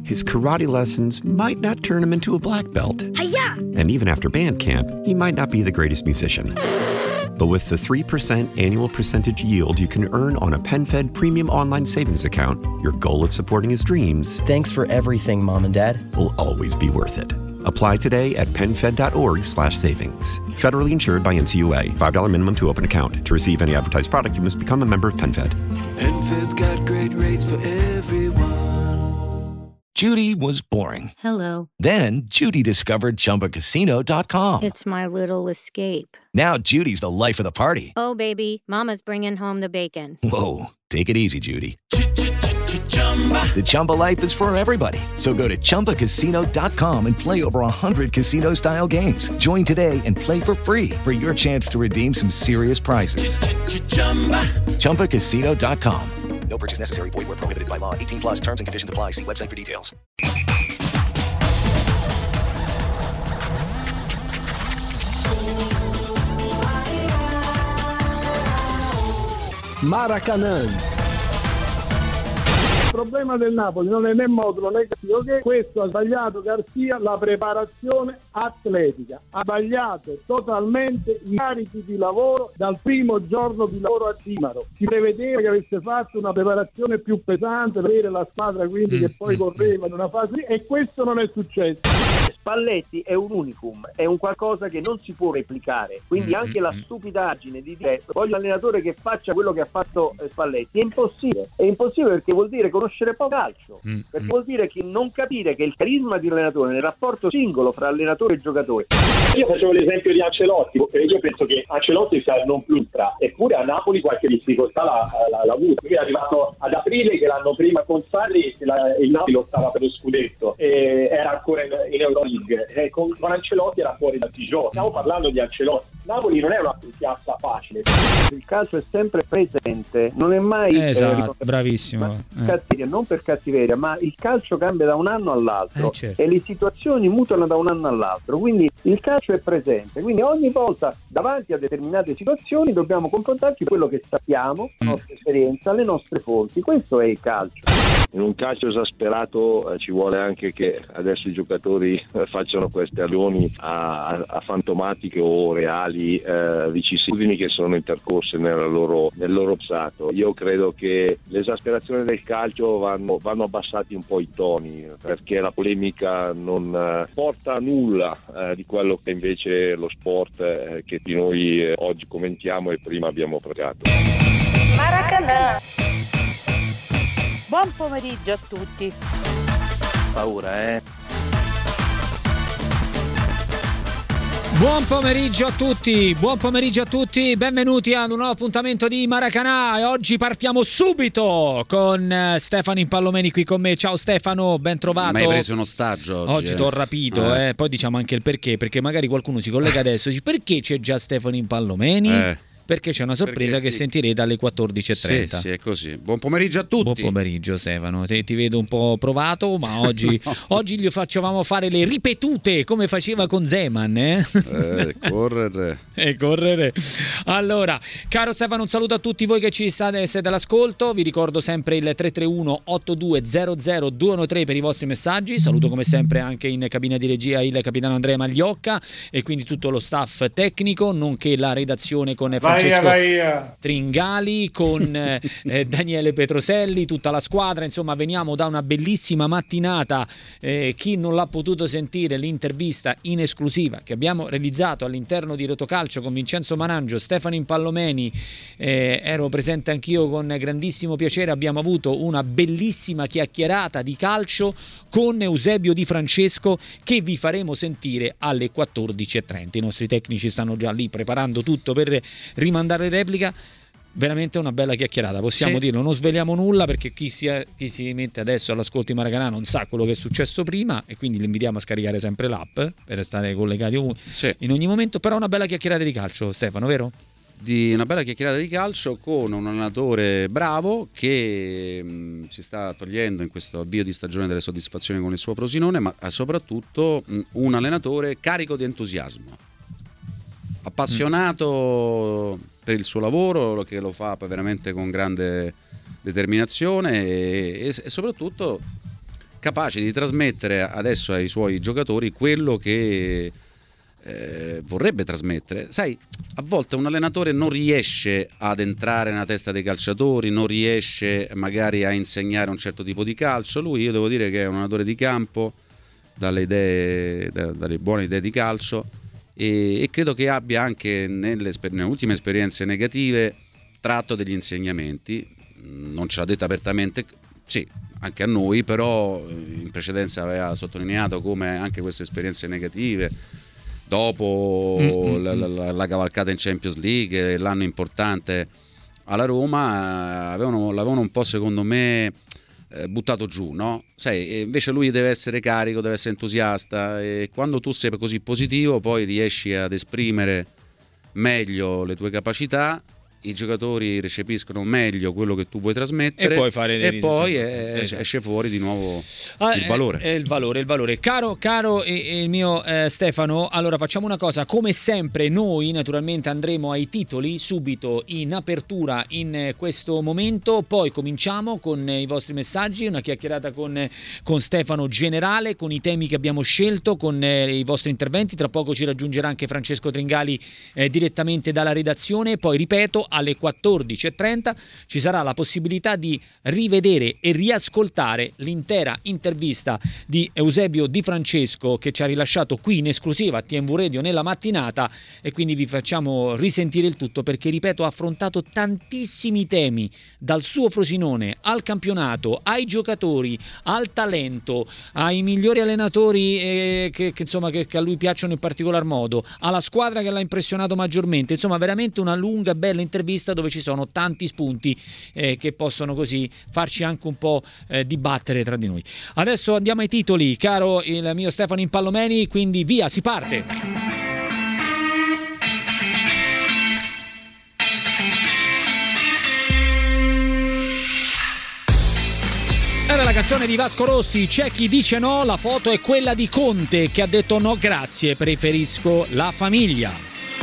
his karate lessons might not turn him into a black belt. Hi-ya! And even after band camp, he might not be the greatest musician. But with the 3% annual percentage yield you can earn on a PenFed premium online savings account, your goal of supporting his dreams... Thanks for everything, Mom and Dad. ...will always be worth it. Apply today at PenFed.org/savings. Federally insured by NCUA. $5 minimum to open account. To receive any advertised product, you must become a member of PenFed. PenFed's got great rates for everyone. Judy was boring. Hello. Then Judy discovered ChumbaCasino.com. It's my little escape. Now Judy's the life of the party. Oh, baby, mama's bringing home the bacon. Whoa, take it easy, Judy. The Chumba life is for everybody. So go to ChumbaCasino.com and play over 100 casino-style games. Join today and play for free for your chance to redeem some serious prizes. ChumbaCasino.com. No purchase necessary. Void where prohibited by law. 18 plus terms and conditions apply. See website for details. Maracanã. Il problema del Napoli non è né modulo né cattivo, che questo ha sbagliato Garcia la preparazione atletica, ha sbagliato totalmente i carichi di lavoro dal primo giorno di lavoro a Cimaro. Si prevedeva che avesse fatto una preparazione più pesante per avere la squadra, quindi che poi correva in una fase, e questo non è successo. Spalletti è un unicum, è un qualcosa che non si può replicare, quindi anche la stupidaggine di dire voglio un allenatore che faccia quello che ha fatto Spalletti è impossibile perché vuol dire conoscere poco calcio, perché vuol dire che non capire che il carisma di allenatore nel rapporto singolo fra allenatore e giocatore. Io facevo l'esempio di Ancelotti, io penso che Ancelotti sia il non plus ultra, eppure a Napoli qualche difficoltà l'ha avuta. Lui è arrivato ad aprile, che l'anno prima con Sarri il Napoli lottava per lo scudetto e era ancora in Euroleague, e con Ancelotti era fuori dal TGO. Stiamo parlando di Ancelotti. Napoli non è una piazza facile. Il calcio è sempre presente, non è mai bravissimo. Non per cattiveria, ma il calcio cambia da un anno all'altro, certo. E le situazioni mutano da un anno all'altro, quindi il calcio è presente, quindi ogni volta davanti a determinate situazioni dobbiamo confrontarci con quello che sappiamo, la nostra esperienza, le nostre fonti. Questo è il calcio. In un calcio esasperato ci vuole anche che adesso i giocatori facciano queste azioni a fantomatiche o reali vicissitudini che sono intercorse nel loro passato. Io credo che l'esasperazione del calcio vanno abbassati un po' i toni, perché la polemica non porta a nulla di quello che invece lo sport che di noi oggi commentiamo e prima abbiamo pregato. Maracanã. Buon pomeriggio a tutti. Paura, Buon pomeriggio a tutti, benvenuti ad un nuovo appuntamento di Maracanã, e oggi partiamo subito con Stefano Impallomeni qui con me. Ciao Stefano, ben trovato. Ma hai preso un ostaggio oggi? Ti ho rapito, poi diciamo anche il perché magari qualcuno si collega adesso e dice perché c'è già Stefano Impallomeni? Perché c'è una sorpresa che sentirete alle 14.30. Sì, è così. Buon pomeriggio a tutti. Buon pomeriggio Stefano, ti vedo un po' provato, ma oggi, oggi gli facevamo fare le ripetute come faceva con Zeman. Correre. Allora, caro Stefano, un saluto a tutti voi che ci siete all'ascolto. Vi ricordo sempre il 331 8200 213 per i vostri messaggi. Saluto come sempre anche in cabina di regia il capitano Andrea Magliocca e quindi tutto lo staff tecnico, nonché la redazione con Francesco Tringali, con Daniele Petroselli, tutta la squadra. Insomma, veniamo da una bellissima mattinata. Chi non l'ha potuto sentire, l'intervista in esclusiva che abbiamo realizzato all'interno di Rotocalcio con Vincenzo Manangio, Stefano Impallomeni, ero presente anch'io con grandissimo piacere. Abbiamo avuto una bellissima chiacchierata di calcio con Eusebio Di Francesco, che vi faremo sentire alle 14.30. I nostri tecnici stanno già lì preparando tutto per rimandare replica. Veramente una bella chiacchierata, possiamo dirlo, non sveliamo nulla, perché chi si mette adesso all'ascolto di Maracanã non sa quello che è successo prima, e quindi li invitiamo a scaricare sempre l'app per restare collegati in ogni momento. Però una bella chiacchierata di calcio, Stefano, vero? Di una bella chiacchierata di calcio con un allenatore bravo che si sta togliendo in questo avvio di stagione delle soddisfazioni con il suo Frosinone, ma soprattutto un allenatore carico di entusiasmo, appassionato per il suo lavoro, che lo fa veramente con grande determinazione, e soprattutto capace di trasmettere adesso ai suoi giocatori quello che vorrebbe trasmettere. Sai, a volte un allenatore non riesce ad entrare nella testa dei calciatori, non riesce magari a insegnare un certo tipo di calcio. Lui, io devo dire che è un allenatore di campo, dalle buone idee di calcio, e credo che abbia anche nelle ultime esperienze negative tratto degli insegnamenti. Non ce l'ha detto apertamente, sì, anche a noi, però in precedenza aveva sottolineato come anche queste esperienze negative, dopo la cavalcata in Champions League, l'anno importante alla Roma, l'avevano un po', secondo me, buttato giù, no? Sai, invece lui deve essere carico, deve essere entusiasta, e quando tu sei così positivo poi riesci ad esprimere meglio le tue capacità, i giocatori recepiscono meglio quello che tu vuoi trasmettere, e poi fare dei poi risultati. esce fuori di nuovo il valore. Il valore. Caro e il mio Stefano, allora facciamo una cosa, come sempre noi naturalmente andremo ai titoli subito in apertura in questo momento, poi cominciamo con i vostri messaggi, una chiacchierata con Stefano generale, con i temi che abbiamo scelto, con i vostri interventi. Tra poco ci raggiungerà anche Francesco Tringali direttamente dalla redazione, poi ripeto, alle 14.30 ci sarà la possibilità di rivedere e riascoltare l'intera intervista di Eusebio Di Francesco, che ci ha rilasciato qui in esclusiva a TMV Radio nella mattinata, e quindi vi facciamo risentire il tutto, perché ripeto, ha affrontato tantissimi temi, dal suo Frosinone al campionato, ai giocatori, al talento, ai migliori allenatori che a lui piacciono in particolar modo, alla squadra che l'ha impressionato maggiormente. Insomma, veramente una lunga bella intervista dove ci sono tanti spunti che possono così farci anche un po' dibattere tra di noi. Adesso andiamo ai titoli, caro il mio Stefano Impallomeni, quindi via, si parte. Era la canzone di Vasco Rossi, C'è chi dice no, la foto è quella di Conte che ha detto no grazie, preferisco la famiglia.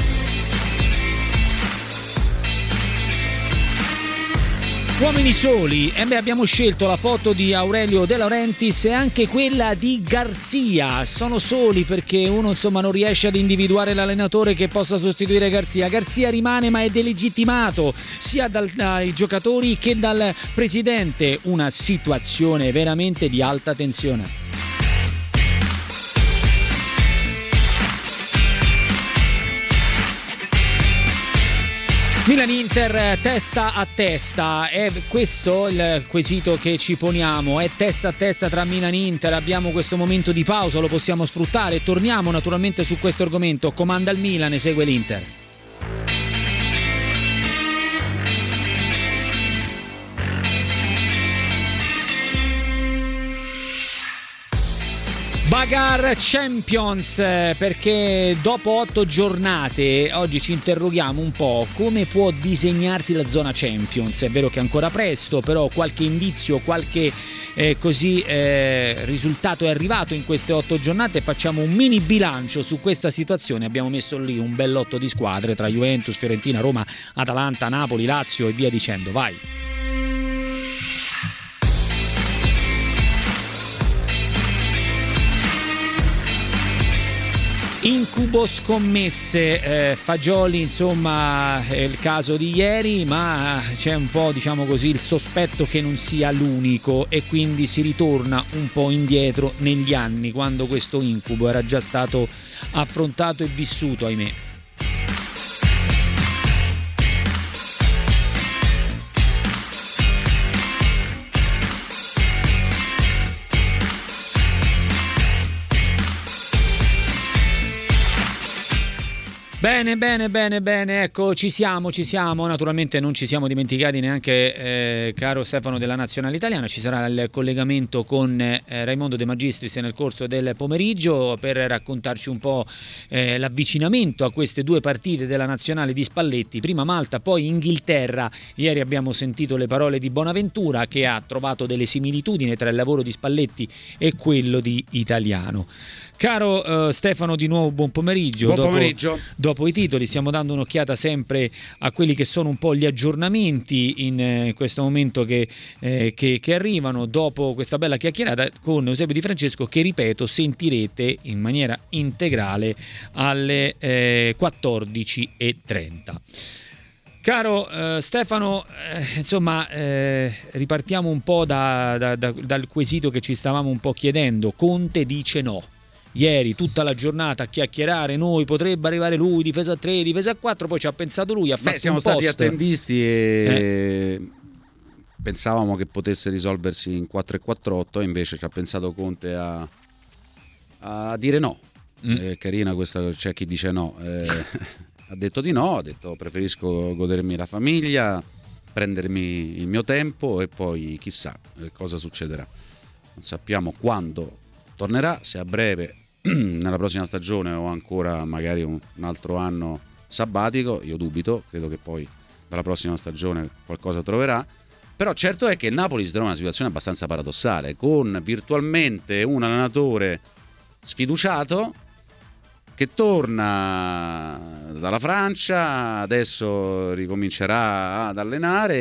Uomini soli, abbiamo scelto la foto di Aurelio De Laurentiis e anche quella di Garzia. Sono soli perché uno non riesce ad individuare l'allenatore che possa sostituire Garzia. Garzia rimane, ma è delegittimato sia dai giocatori che dal presidente. Una situazione veramente di alta tensione. Milan-Inter testa a testa, è questo il quesito che ci poniamo, è testa a testa tra Milan-Inter, abbiamo questo momento di pausa, lo possiamo sfruttare, torniamo naturalmente su questo argomento, comanda il Milan e segue l'Inter. Bagarre Champions, perché dopo 8 giornate oggi ci interroghiamo un po' come può disegnarsi la zona Champions. È vero che è ancora presto, però qualche indizio, qualche risultato è arrivato in queste 8 giornate. Facciamo un mini bilancio su questa situazione. Abbiamo messo lì un bel lotto di squadre tra Juventus, Fiorentina, Roma, Atalanta, Napoli, Lazio e via dicendo. Vai! Incubo scommesse, Fagioli, insomma, è il caso di ieri, ma c'è un po', diciamo così, il sospetto che non sia l'unico, e quindi si ritorna un po' indietro negli anni, quando questo incubo era già stato affrontato e vissuto, ahimè. Bene, ecco, ci siamo, naturalmente non ci siamo dimenticati neanche, caro Stefano, della nazionale italiana. Ci sarà il collegamento con Raimondo De Magistris nel corso del pomeriggio per raccontarci un po' l'avvicinamento a queste due partite della nazionale di Spalletti, prima Malta, poi Inghilterra. Ieri abbiamo sentito le parole di Bonaventura, che ha trovato delle similitudini tra il lavoro di Spalletti e quello di Italiano. Caro Stefano, di nuovo buon pomeriggio. Buon pomeriggio. Dopo dopo i titoli, stiamo dando un'occhiata sempre a quelli che sono un po' gli aggiornamenti in questo momento che arrivano dopo questa bella chiacchierata con Eusebio Di Francesco, che ripeto sentirete in maniera integrale alle 14:30. Caro Stefano, insomma, ripartiamo un po' dal quesito che ci stavamo un po' chiedendo. Conte dice no. Ieri tutta la giornata a chiacchierare, noi potrebbe arrivare lui, difesa a 3, difesa a 4, poi ci ha pensato lui, ha fatto siamo un post. stati attendisti e pensavamo che potesse risolversi in 4-4-8, invece ci ha pensato Conte a dire no. Carina questa, c'è chi dice no. Ha detto di no, ha detto preferisco godermi la famiglia, prendermi il mio tempo e poi chissà cosa succederà. Non sappiamo quando tornerà, se a breve, nella prossima stagione o ancora magari un altro anno sabbatico. Io dubito, credo che poi dalla prossima stagione qualcosa troverà. Però certo è che il Napoli si trova in una situazione abbastanza paradossale, con virtualmente un allenatore sfiduciato che torna dalla Francia, adesso ricomincerà ad allenare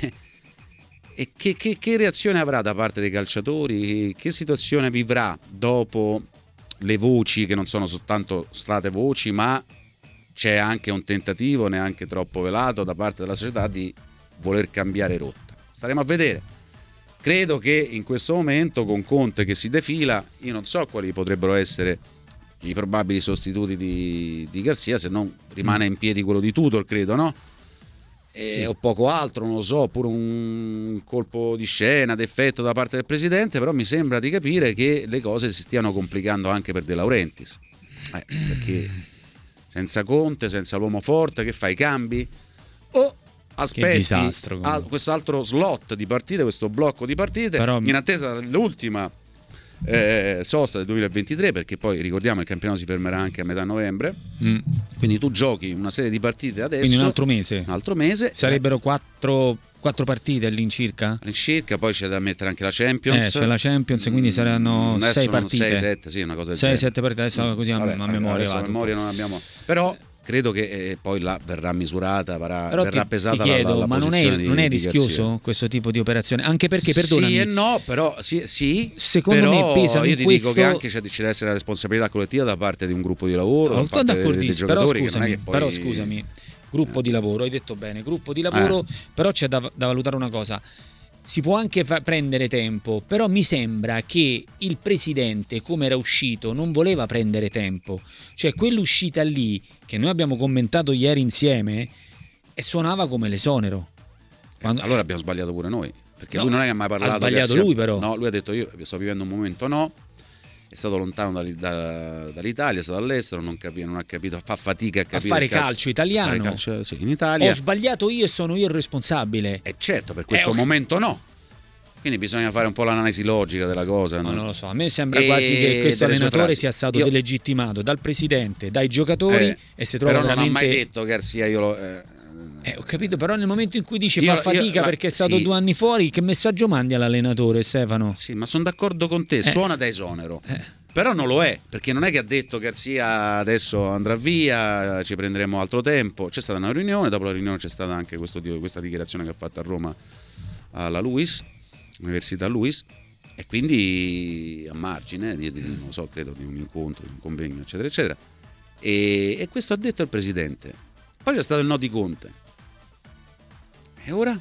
e che reazione avrà da parte dei calciatori, che situazione vivrà dopo le voci che non sono soltanto state voci, ma c'è anche un tentativo neanche troppo velato da parte della società di voler cambiare rotta. Staremo a vedere. Credo che in questo momento con Conte che si defila, io non so quali potrebbero essere i probabili sostituti di Garcia, se non rimane in piedi quello di Tudor, credo, no? Sì. O poco altro, non lo so, oppure un colpo di scena d'effetto da parte del presidente, però mi sembra di capire che le cose si stiano complicando anche per De Laurentiis, perché senza Conte, senza l'uomo forte, che fai, cambi? O aspetti questo altro slot di partite, questo blocco di partite, però in attesa dell'ultima sosta del 2023, perché poi ricordiamo il campionato si fermerà anche a metà novembre, quindi tu giochi una serie di partite adesso, quindi un altro mese sarebbero 4 partite all'incirca, poi c'è da mettere anche la Champions, c'è la Champions, quindi saranno 6 partite, 6-7, sì, una cosa del 6-7 partite adesso, così a memoria, a memoria non abbiamo, però credo che poi là verrà misurata, verrà pesata la ma non è rischioso questo tipo di operazione? Anche perché, perdonami, sì e no, però sì, secondo però me pesano io in ti questo... dico che anche ci deve essere la responsabilità collettiva da parte di un gruppo di lavoro, da parte dei giocatori, però scusami, gruppo di lavoro, hai detto bene, gruppo di lavoro, però c'è da valutare una cosa. Si può anche prendere tempo, però mi sembra che il presidente, come era uscito, non voleva prendere tempo. Cioè quell'uscita lì, che noi abbiamo commentato ieri insieme, e suonava come l'esonero. Allora abbiamo sbagliato pure noi, perché lui non è che ha mai parlato. Ha sbagliato lui però. No, lui ha detto io sto vivendo un momento è stato lontano dall'Italia, è stato all'estero, non ha capito, fa fatica a capire fare calcio italiano, calcio, sì, in Italia. Ho sbagliato io e sono io il responsabile. E certo, per questo momento no. Quindi bisogna fare un po' l'analisi logica della cosa. No, non lo so, a me sembra quasi che questo allenatore sia stato delegittimato dal presidente, dai giocatori e si trova però veramente... non ha mai detto Garcia ho capito, però nel momento in cui dice fa fatica perché è stato 2 anni fuori, che messaggio mandi all'allenatore, Stefano? Sì, ma sono d'accordo con te, suona da esonero. Però non lo è, perché non è che ha detto Garcia adesso andrà via, ci prenderemo altro tempo. C'è stata una riunione, dopo la riunione c'è stata anche questa dichiarazione che ha fatto a Roma alla Università Luis, e quindi a margine non so, credo di un incontro, di un convegno, eccetera eccetera, e questo ha detto il presidente. Poi c'è stato il no di Conte. E ora?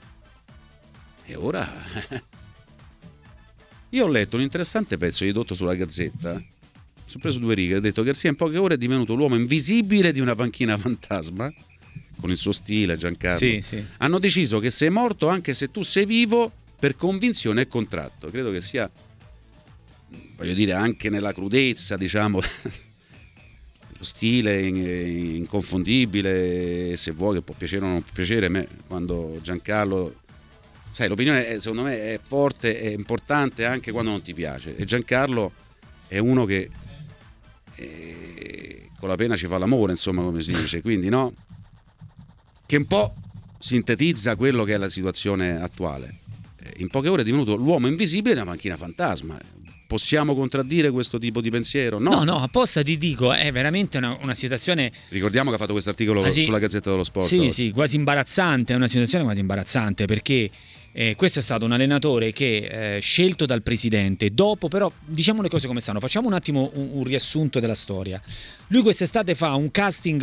Io ho letto un interessante pezzo edotto sulla Gazzetta, ho preso 2 righe, ha detto che Garcia in poche ore è divenuto l'uomo invisibile di una panchina fantasma, con il suo stile, Giancarlo. Sì. Hanno deciso che sei morto anche se tu sei vivo per convinzione e contratto. Credo che sia, voglio dire, anche nella crudezza, diciamo, lo stile inconfondibile, se vuoi, che può piacere o non può piacere. A me, quando Giancarlo, sai, l'opinione secondo me è forte e importante anche quando non ti piace, e Giancarlo è uno che con la pena ci fa l'amore, insomma, come si dice, quindi no, che un po' sintetizza quello che è la situazione attuale. In poche ore è divenuto l'uomo invisibile della panchina fantasma. Possiamo contraddire questo tipo di pensiero? No, apposta ti dico, è veramente una situazione... Ricordiamo che ha fatto questo articolo sulla Gazzetta dello Sport. Sì, quasi imbarazzante, è una situazione quasi imbarazzante, perché questo è stato un allenatore che scelto dal presidente, dopo però, diciamo le cose come stanno, facciamo un attimo un riassunto della storia. Lui quest'estate fa un casting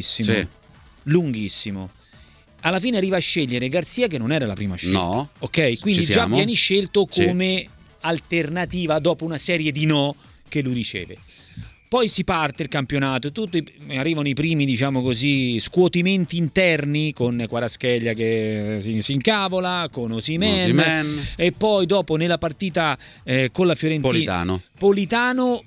lunghissimo. Alla fine arriva a scegliere Garzia, che non era la prima scelta. No. Ok, quindi già vieni scelto come alternativa dopo una serie di no che lui riceve. Poi si parte il campionato, arrivano i primi, diciamo così, scuotimenti interni con Kvaratskhelia che si incavola, con Osimhen, e poi dopo nella partita con la Fiorentina Politano,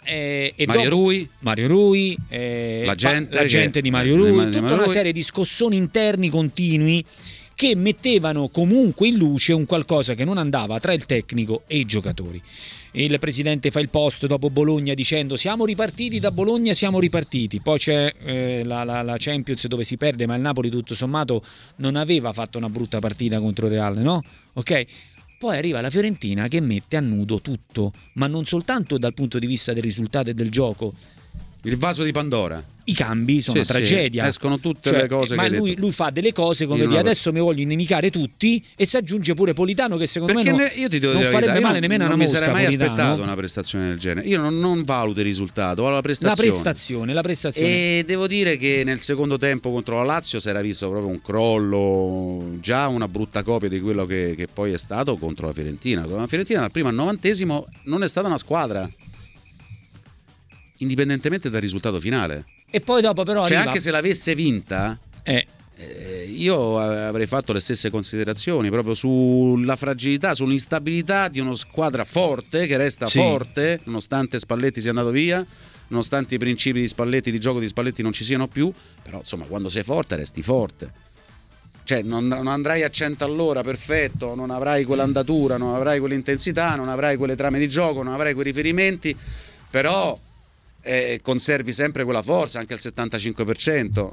Mario Rui, la gente di Mario Rui, tutta una serie di scossoni interni continui che mettevano comunque in luce un qualcosa che non andava tra il tecnico e i giocatori. Il presidente fa il post dopo Bologna dicendo siamo ripartiti da Bologna, poi c'è la Champions dove si perde, ma il Napoli tutto sommato non aveva fatto una brutta partita contro il Real, no? Ok? Poi arriva la Fiorentina che mette a nudo tutto, ma non soltanto dal punto di vista del risultato e del gioco. Il vaso di Pandora. I cambi sono una tragedia. Escono tutte le cose ma che lui fa delle cose come dire adesso mi voglio inimicare tutti, e si aggiunge pure Politano che secondo me io ti devo non farebbe male nemmeno una mosca. Non mi sarei mai Politano. aspettato una prestazione del genere. Io non valuto il risultato, valuto la prestazione. E devo dire che nel secondo tempo contro la Lazio si era visto proprio un crollo, già una brutta copia di quello che poi è stato contro la Fiorentina. La Fiorentina dal primo al 90° non è stata una squadra, indipendentemente dal risultato finale. E poi dopo però anche se l'avesse vinta io avrei fatto le stesse considerazioni proprio sulla fragilità, sull'instabilità di una squadra forte che resta forte nonostante Spalletti sia andato via, nonostante i principi di Spalletti, di gioco di Spalletti non ci siano più. Però insomma, quando sei forte resti forte, cioè non andrai a 100 all'ora perfetto, non avrai quell'andatura, non avrai quell'intensità, non avrai quelle trame di gioco, non avrai quei riferimenti, però conservi sempre quella forza anche al 75%.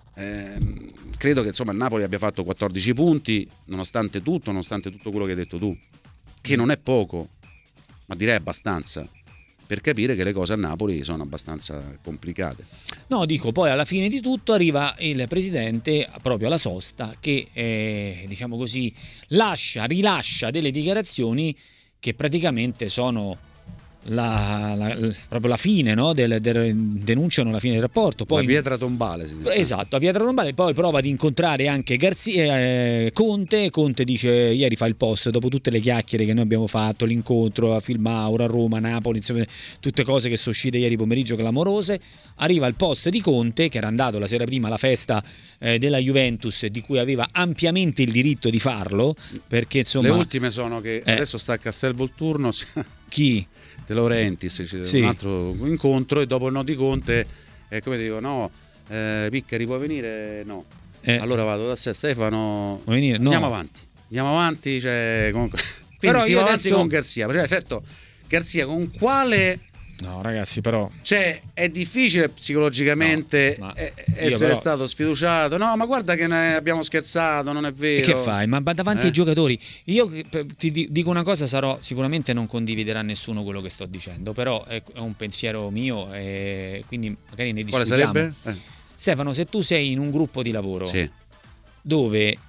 Credo che insomma il Napoli abbia fatto 14 punti nonostante tutto quello che hai detto tu, che non è poco, ma direi abbastanza per capire che le cose a Napoli sono abbastanza complicate. No, dico, poi alla fine di tutto arriva il presidente proprio alla sosta che diciamo così rilascia delle dichiarazioni che praticamente sono proprio la fine, no? Denunciano la fine del rapporto. Poi, la pietra tombale. Esatto, la pietra tombale. Poi prova ad incontrare anche Conte dice, ieri fa il post dopo tutte le chiacchiere che noi abbiamo fatto, l'incontro a Filmaura, a Roma, Napoli, insomma, tutte cose che sono uscite ieri pomeriggio clamorose. Arriva il post di Conte che era andato la sera prima alla festa della Juventus, di cui aveva ampiamente il diritto di farlo, perché insomma le ultime sono che adesso sta a Castelvolturno chi? De Laurentiis, un altro incontro, e dopo il no di Conte come dico Piccari può venire? No. Allora vado da Stefano, andiamo avanti, cioè, comunque. Quindi però si va avanti con Garzia, cioè, certo Garzia con quale... No ragazzi, però cioè è difficile psicologicamente essere stato sfiduciato. No, ma guarda che ne abbiamo scherzato, non è vero. E che fai? Ma davanti ai giocatori, io ti dico una cosa, sicuramente non condividerà nessuno quello che sto dicendo, però è un pensiero mio, quindi magari ne discutiamo. Quale sarebbe? Stefano, se tu sei in un gruppo di lavoro dove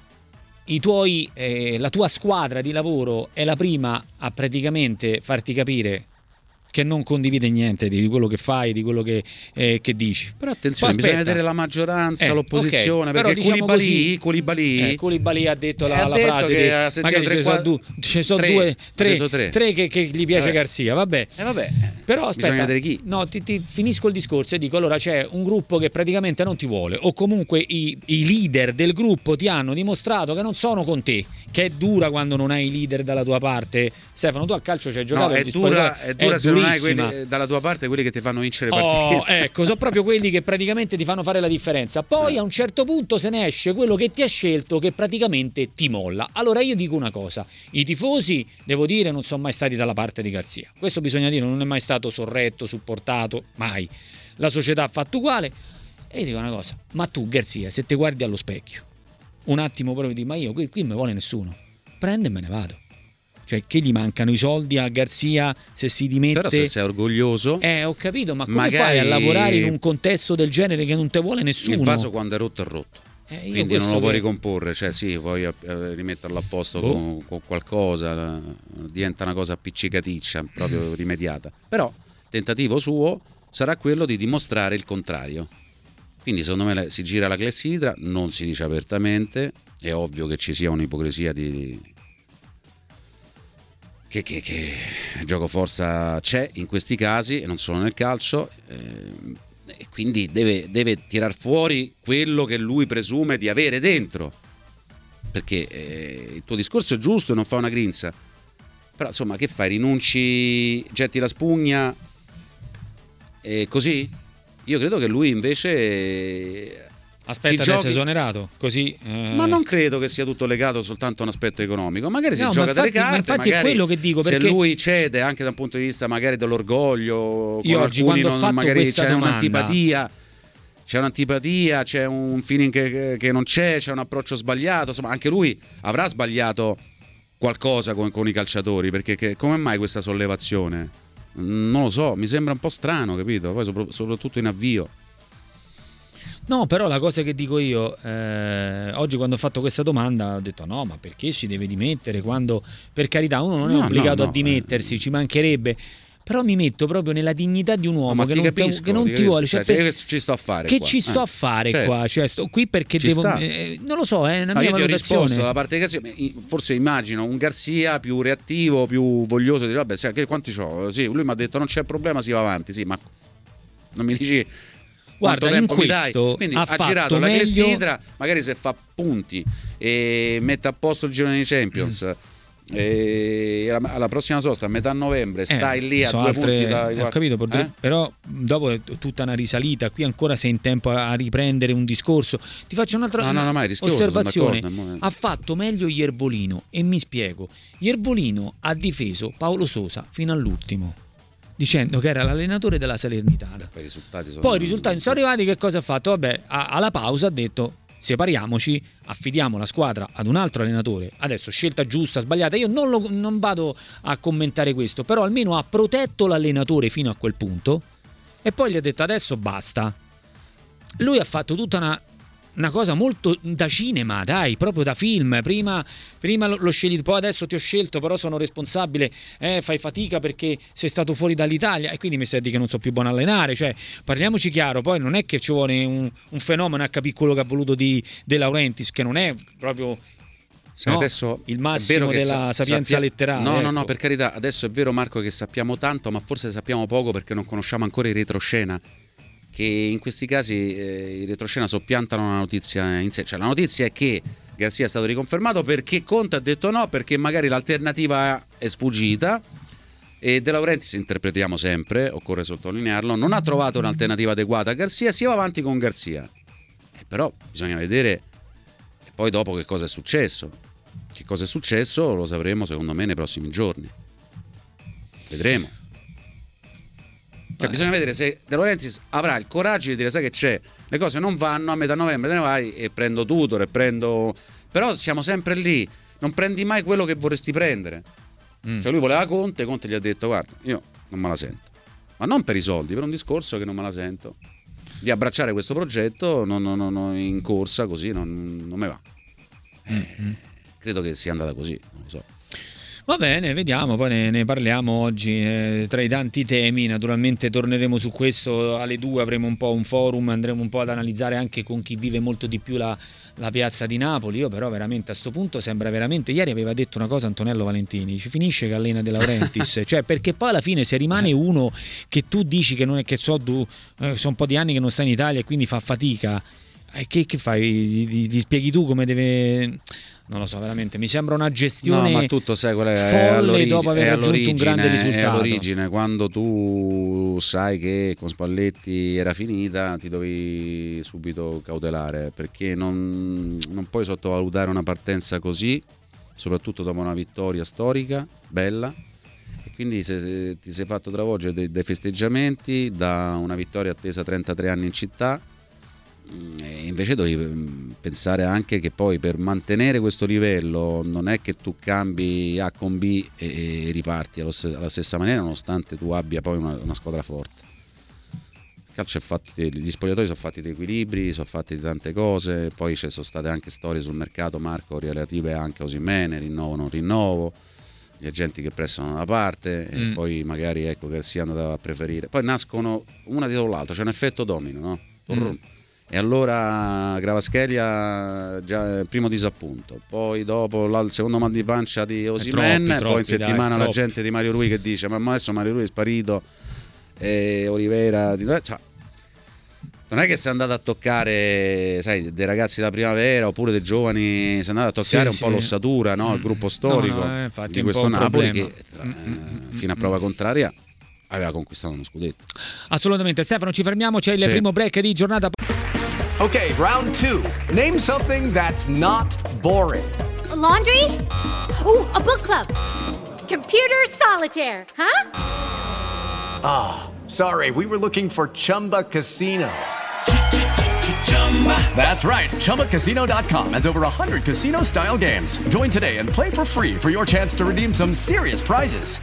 la tua squadra di lavoro è la prima a praticamente farti capire che non condivide niente di quello che fai, di quello che dici. Però attenzione, bisogna vedere la maggioranza, l'opposizione, perché diciamo Koulibaly ha detto la frase che magari ci sono tre che gli piace Garzia, vabbè. Però aspetta, bisogna vedere chi. No, ti finisco il discorso e dico, allora c'è un gruppo che praticamente non ti vuole, o comunque i leader del gruppo ti hanno dimostrato che non sono con te, che è dura quando non hai i leader dalla tua parte. Stefano, tu a calcio ci hai giocato, è dura se non hai quelli dalla tua parte, quelli che ti fanno vincere partite. Ecco, sono proprio quelli che praticamente ti fanno fare la differenza. Poi a un certo punto se ne esce quello che ti ha scelto, che praticamente ti molla. Allora io dico una cosa, i tifosi, devo dire, non sono mai stati dalla parte di Garzia, questo bisogna dire, non è mai stato sorretto, supportato, mai. La società ha fatto uguale. E io dico una cosa, ma tu Garzia, se ti guardi allo specchio un attimo proprio di, ma io qui non mi vuole nessuno, prende e me ne vado. Cioè, che gli mancano i soldi a Garzia se si dimette? Però se sei orgoglioso... Ho capito, ma come magari fai a lavorare in un contesto del genere che non te vuole nessuno? Il vaso quando è rotto è rotto. Quindi non lo puoi ricomporre, cioè sì, puoi rimetterlo a posto con qualcosa, diventa una cosa appiccicaticcia, proprio rimediata. Però il tentativo suo sarà quello di dimostrare il contrario. Quindi secondo me si gira la clessidra, non si dice apertamente, è ovvio che ci sia un'ipocrisia che gioco forza c'è in questi casi e non solo nel calcio, e quindi deve tirar fuori quello che lui presume di avere dentro, perché il tuo discorso è giusto e non fa una grinza, però insomma che fai, rinunci, getti la spugna e così? Io credo che lui invece aspetta di essere esonerato, così ma non credo che sia tutto legato soltanto a un aspetto economico, magari si gioca delle carte, infatti magari è quello che dico, perché se lui cede anche da un punto di vista magari dell'orgoglio, io con oggi alcuni magari c'è un'antipatia, c'è un feeling che non c'è un approccio sbagliato, insomma anche lui avrà sbagliato qualcosa con i calciatori, perché come mai questa sollevazione? Non lo so, mi sembra un po' strano, capito? Poi soprattutto in avvio. No, però la cosa che dico io, oggi quando ho fatto questa domanda ho detto no, ma perché si deve dimettere quando, per carità, uno non è obbligato a dimettersi, ci mancherebbe, però mi metto proprio nella dignità di un uomo che non ti vuole, cioè, che ci sto a fare che qua? Ci sto a fare certo. qua, cioè sto qui perché devo non lo so, è una mia io valutazione. Ti ho risposto dalla parte di Garzia, forse immagino un Garzia più reattivo, più voglioso di dire vabbè, sai, quanti c'ho? Sì, lui mi ha detto non c'è problema, si va avanti, sì, ma non mi dici guarda, tempo in mi dai? questo Quindi ha girato la meglio... clessidra, magari se fa punti e mette a posto il girone dei Champions e alla prossima sosta a metà novembre stai lì a 2 punti ho capito, però dopo è tutta una risalita, qui ancora sei in tempo a riprendere un discorso. Ti faccio un'altra osservazione. Ha fatto meglio Iervolino e mi spiego. Iervolino ha difeso Paolo Sosa fino all'ultimo, dicendo che era l'allenatore della Salernitana. Poi i risultati sono arrivati, che cosa ha fatto? Vabbè, alla pausa ha detto separiamoci, affidiamo la squadra ad un altro allenatore. Adesso scelta giusta, sbagliata, io non vado a commentare questo, però almeno ha protetto l'allenatore fino a quel punto e poi gli ha detto adesso basta. Lui ha fatto tutta una cosa molto da cinema, dai, proprio da film. Prima lo scegli, poi adesso ti ho scelto, però sono responsabile, fai fatica perché sei stato fuori dall'Italia e quindi mi stai a dire che non so più buono allenare. Cioè, parliamoci chiaro, poi non è che ci vuole un fenomeno a capire quello che ha voluto De Laurentiis, che non è proprio adesso il massimo della sapienza letteraria. No, per carità, adesso è vero, Marco, che sappiamo tanto, ma forse sappiamo poco perché non conosciamo ancora i retroscena, che in questi casi i retroscena soppiantano la notizia in sé. Cioè la notizia è che Garzia è stato riconfermato perché Conte ha detto no, perché magari l'alternativa è sfuggita, e De Laurentiis, interpretiamo sempre, occorre sottolinearlo, non ha trovato un'alternativa adeguata a Garzia, si va avanti con Garzia. Però bisogna vedere poi dopo che cosa è successo. Che cosa è successo lo sapremo secondo me nei prossimi giorni. Vedremo. Cioè, bisogna vedere se De Laurentiis avrà il coraggio di dire sai che c'è, le cose non vanno, a metà novembre te ne vai e prendo Tudor però siamo sempre lì, non prendi mai quello che vorresti prendere. Cioè lui voleva Conte gli ha detto guarda, io non me la sento, ma non per i soldi, per un discorso che non me la sento di abbracciare questo progetto non in corsa così, non me va. Credo che sia andata così, non lo so. Va bene, vediamo, poi ne parliamo oggi tra i tanti temi. Naturalmente torneremo su questo alle 2, avremo un po' un forum, andremo un po' ad analizzare anche con chi vive molto di più la piazza di Napoli. Io però veramente a sto punto sembra veramente, ieri aveva detto una cosa Antonello Valentini, ci finisce che allena De Laurentiis, cioè perché poi alla fine se rimane uno che tu dici che non è che sono un po' di anni che non sta in Italia e quindi fa fatica, che fai? Gli spieghi tu come deve... Non lo so, veramente, mi sembra una gestione ma tutto sai qual è folle dopo aver raggiunto un grande risultato. È all'origine, quando tu sai che con Spalletti era finita ti dovevi subito cautelare, perché non puoi sottovalutare una partenza così, soprattutto dopo una vittoria storica, bella, e quindi se ti sei fatto travolgere dai festeggiamenti, da una vittoria attesa 33 anni in città, invece dovevi pensare anche che poi per mantenere questo livello non è che tu cambi A con B e riparti alla stessa maniera, nonostante tu abbia poi una squadra forte. Il calcio è fatto, gli spogliatoi sono fatti di equilibri, sono fatti di tante cose, poi ci sono state anche storie sul mercato, Marco, relative anche a Osimhen, rinnovo non rinnovo, gli agenti che prestano da una parte e poi magari che sia andato a preferire, poi nascono una dietro l'altra, c'è un effetto domino, no? E allora Gravaskelia già primo disappunto, poi dopo il secondo mal di pancia di Osimhen, poi in settimana la gente di Mario Rui che dice ma adesso Mario Rui è sparito e Olivera non è che sei andato a toccare, sai, dei ragazzi della primavera oppure dei giovani, sei andato a toccare un po' l'ossatura, no? Il gruppo storico di questo Napoli che fino a prova contraria aveva conquistato uno scudetto. Assolutamente. Stefano, ci fermiamo, c'è il primo break di giornata. Ok, round 2. Name something that's not boring. A laundry? Ooh, a book club. Computer solitaire, huh? Ah, sorry, we were looking for Chumba Casino. That's right, ChumbaCasino.com has over 100 casino-style games. Join today and play for free for your chance to redeem some serious prizes.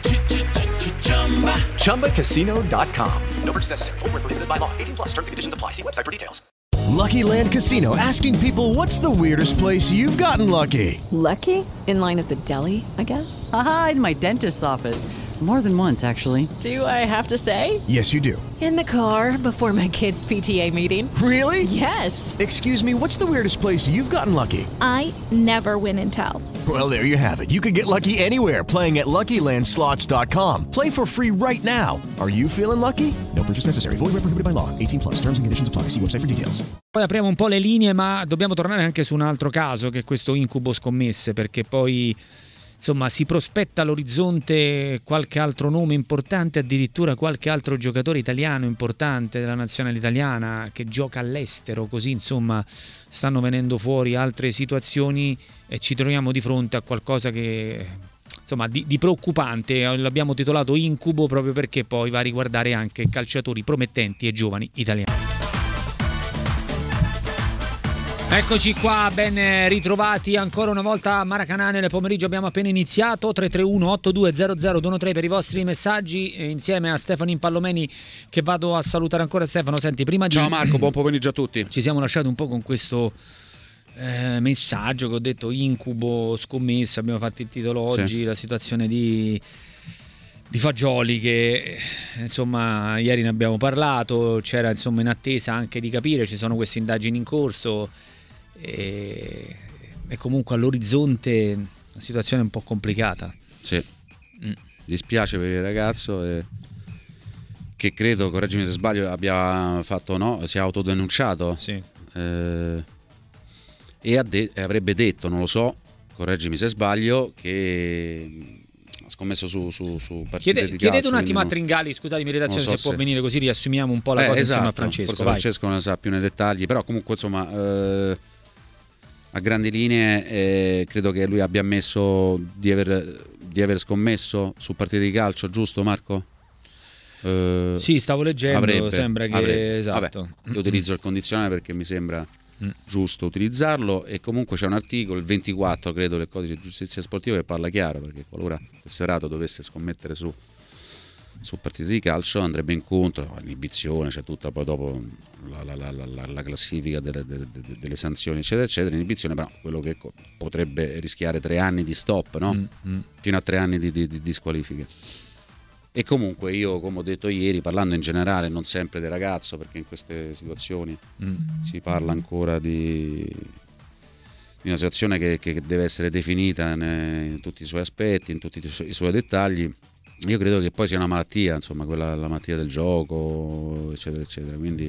ChumbaCasino.com. No purchase necessary. Void where prohibited by law. 18+ terms and conditions apply. See website for details. Lucky Land Casino, asking people, what's the weirdest place you've gotten lucky? Lucky? In line at the deli, I guess? Aha, in my dentist's office. More than once, actually. Do I have to say? Yes, you do. In the car before my kids' PTA meeting. Really? Yes. Excuse me, what's the weirdest place you've gotten lucky? I never win and tell. Well, there you have it. You can get lucky anywhere, playing at LuckyLandSlots.com. Play for free right now. Are you feeling lucky? No purchase necessary. Void where prohibited by law. 18+. Terms and conditions apply. See website for details. Poi apriamo un po' le linee, ma dobbiamo tornare anche su un altro caso, che è questo incubo scommesse, perché poi insomma si prospetta all'orizzonte qualche altro nome importante, addirittura qualche altro giocatore italiano importante della nazionale italiana che gioca all'estero, così insomma stanno venendo fuori altre situazioni e ci troviamo di fronte a qualcosa che insomma di preoccupante. L'abbiamo titolato incubo proprio perché poi va a riguardare anche calciatori promettenti e giovani italiani. Eccoci qua, ben ritrovati ancora una volta a Maracanã nel pomeriggio, abbiamo appena iniziato. 331-8200-213 per i vostri messaggi, insieme a Stefano Impallomeni che vado a salutare ancora. Stefano, senti, prima Ciao Marco, buon pomeriggio a tutti. Ci siamo lasciati un po' con questo messaggio che ho detto incubo scommessa, abbiamo fatto il titolo oggi, sì. La situazione di Fagioli che insomma ieri ne abbiamo parlato, c'era insomma in attesa anche di capire, ci sono queste indagini in corso e comunque all'orizzonte la situazione è un po' complicata. Sì. Dispiace per il ragazzo che credo, correggimi se sbaglio, abbia fatto si è autodenunciato. Sì. E avrebbe detto, non lo so, correggimi se sbaglio, che ha scommesso su partite di calcio. Chiedete un attimo a Tringali, scusatemi redazione, se può venire, così riassumiamo un po' la cosa insieme a Francesco. Forse Francesco ne sa più nei dettagli, però comunque insomma a grandi linee credo che lui abbia ammesso di aver scommesso su partite di calcio, giusto Marco? Sì, stavo leggendo, sembra che esatto. Vabbè, io utilizzo il condizionale perché mi sembra giusto utilizzarlo, e comunque c'è un articolo, il 24 credo, del codice di giustizia sportiva, che parla chiaro, perché qualora Tesserato dovesse scommettere su partite di calcio andrebbe incontro inibizione, c'è tutta poi dopo la classifica delle sanzioni eccetera eccetera, inibizione, però quello che potrebbe rischiare 3 anni di stop, no? Fino a 3 anni di squalifiche. E comunque io, come ho detto ieri, parlando in generale, non sempre del ragazzo, perché in queste situazioni si parla ancora di una situazione che deve essere definita in tutti i suoi aspetti, in tutti i suoi dettagli. Io credo che poi sia una malattia, insomma, quella, la malattia del gioco, eccetera, eccetera. Quindi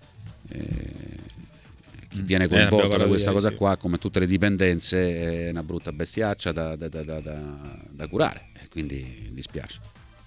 chi viene coinvolto da questa cosa qua, come tutte le dipendenze, è una brutta bestiaccia da curare, e quindi dispiace.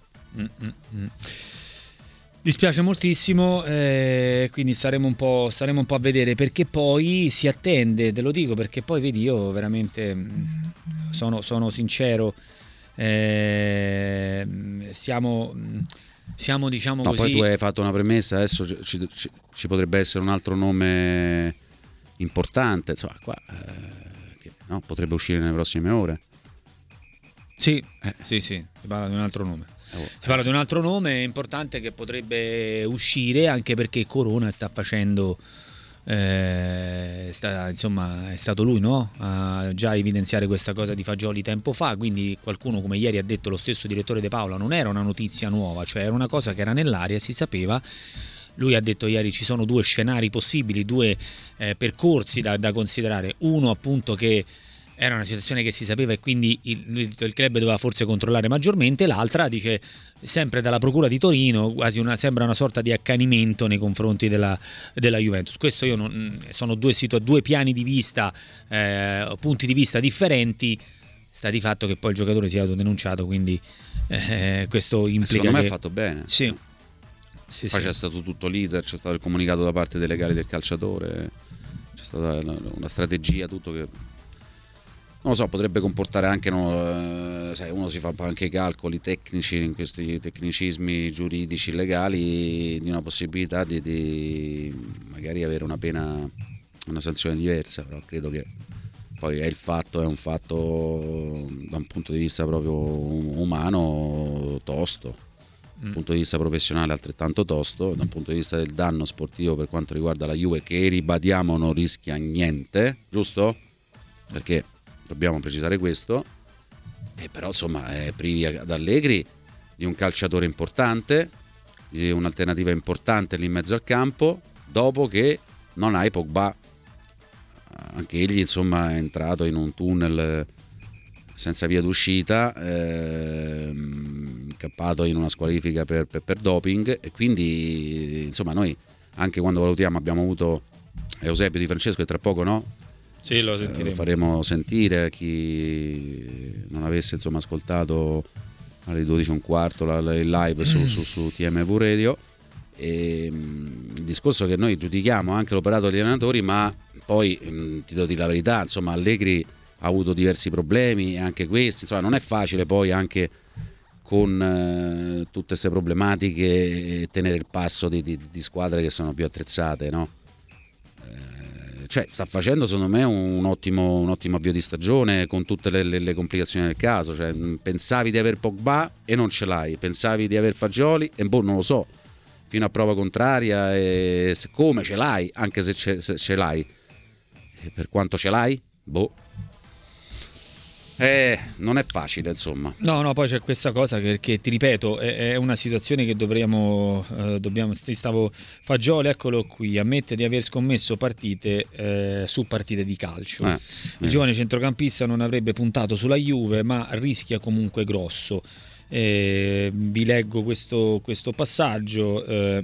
Dispiace moltissimo, quindi staremo un po' a vedere, perché poi si attende, te lo dico, perché poi vedi, io veramente sono sincero, siamo siamo diciamo no, così. Poi tu hai fatto una premessa, adesso ci potrebbe essere un altro nome importante, insomma, qua che potrebbe uscire nelle prossime ore. Sì, si parla di un altro nome. Si parla di un altro nome importante che potrebbe uscire, anche perché Corona sta facendo insomma è stato lui, no? A già evidenziare questa cosa di Fagioli tempo fa, quindi qualcuno, come ieri ha detto lo stesso direttore De Paola, non era una notizia nuova, cioè era una cosa che era nell'aria, si sapeva. Lui ha detto ieri ci sono due scenari possibili, due percorsi da considerare. Uno appunto che era una situazione che si sapeva e quindi il club doveva forse controllare maggiormente. L'altra, dice, sempre dalla Procura di Torino, quasi sembra una sorta di accanimento nei confronti della Juventus. Questo sono due piani di vista, punti di vista differenti. Sta di fatto che poi il giocatore sia autodenunciato, quindi questo implica secondo me che... è fatto bene. Sì. Poi c'è stato tutto l'iter, c'è stato il comunicato da parte dei legali del calciatore, c'è stata una strategia, tutto che non lo so, potrebbe comportare anche sai, uno si fa anche i calcoli tecnici in questi tecnicismi giuridici legali di una possibilità di magari avere una pena, una sanzione diversa, però credo che poi è un fatto da un punto di vista proprio umano tosto. Da un punto di vista professionale altrettanto tosto, da un punto di vista del danno sportivo per quanto riguarda la Juve, che ribadiamo non rischia niente, giusto? Perché dobbiamo precisare questo, però insomma è privi ad Allegri di un calciatore importante, di un'alternativa importante lì in mezzo al campo, dopo che non hai Pogba, anche egli insomma è entrato in un tunnel senza via d'uscita, incappato in una squalifica per doping, e quindi insomma noi anche quando valutiamo abbiamo avuto Eusebio Di Francesco e tra poco sì, lo faremo sentire chi non avesse insomma ascoltato alle 12:15 il live su TMV Radio. E il discorso è che noi giudichiamo anche l'operato degli allenatori, ma poi ti devo dire la verità, insomma Allegri ha avuto diversi problemi, anche questi, insomma non è facile poi anche con tutte queste problematiche tenere il passo di squadre che sono più attrezzate, no? Cioè sta facendo secondo me un ottimo avvio di stagione con tutte le complicazioni del caso, cioè, pensavi di aver Pogba e non ce l'hai, pensavi di aver Fagioli e non lo so, fino a prova contraria, e come ce l'hai, anche se ce l'hai, e per quanto ce l'hai, non è facile insomma. No, poi c'è questa cosa che ti ripeto è una situazione che dobbiamo Fagioli, eccolo qui, ammette di aver scommesso partite su partite di calcio. Il giovane centrocampista non avrebbe puntato sulla Juve, ma rischia comunque grosso. Vi leggo questo passaggio.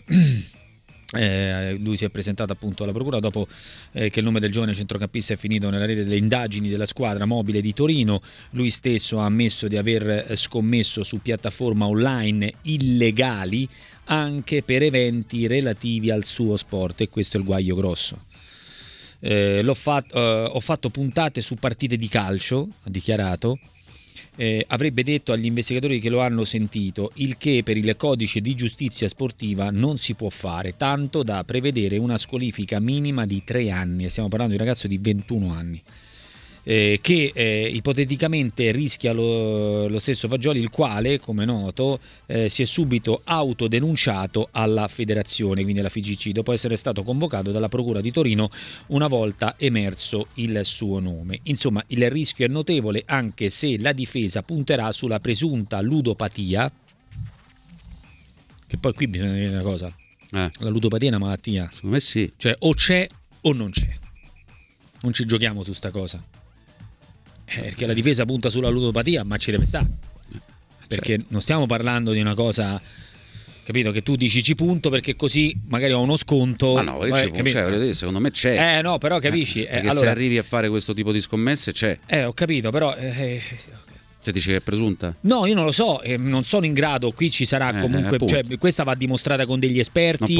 Lui si è presentato appunto alla procura dopo che il nome del giovane centrocampista è finito nella rete delle indagini della squadra mobile di Torino. Lui stesso ha ammesso di aver scommesso su piattaforma online illegali anche per eventi relativi al suo sport, e questo è il guaio grosso. Ho fatto puntate su partite di calcio, ha dichiarato. Avrebbe detto agli investigatori che lo hanno sentito, il che per il codice di giustizia sportiva non si può fare, tanto da prevedere una squalifica minima di 3 anni. Stiamo parlando di un ragazzo di 21 anni che ipoteticamente rischia lo stesso Fagioli, il quale, come noto, si è subito autodenunciato alla federazione, quindi alla FIGC, dopo essere stato convocato dalla Procura di Torino una volta emerso il suo nome. Insomma, il rischio è notevole, anche se la difesa punterà sulla presunta ludopatia, che poi qui bisogna dire una cosa, la ludopatia è una malattia, secondo me sì, cioè o c'è o non c'è, non ci giochiamo su sta cosa. Perché la difesa punta sulla ludopatia, ma ci deve stare, perché non stiamo parlando di una cosa, capito, che tu dici ci punto perché così magari ho uno sconto. Ma no, secondo me c'è. No, però capisci, perché allora, se arrivi a fare questo tipo di scommesse c'è. Ho capito, però Te dici che è presunta? No, io non lo so, non sono in grado, qui ci sarà comunque, cioè, questa va dimostrata con degli esperti,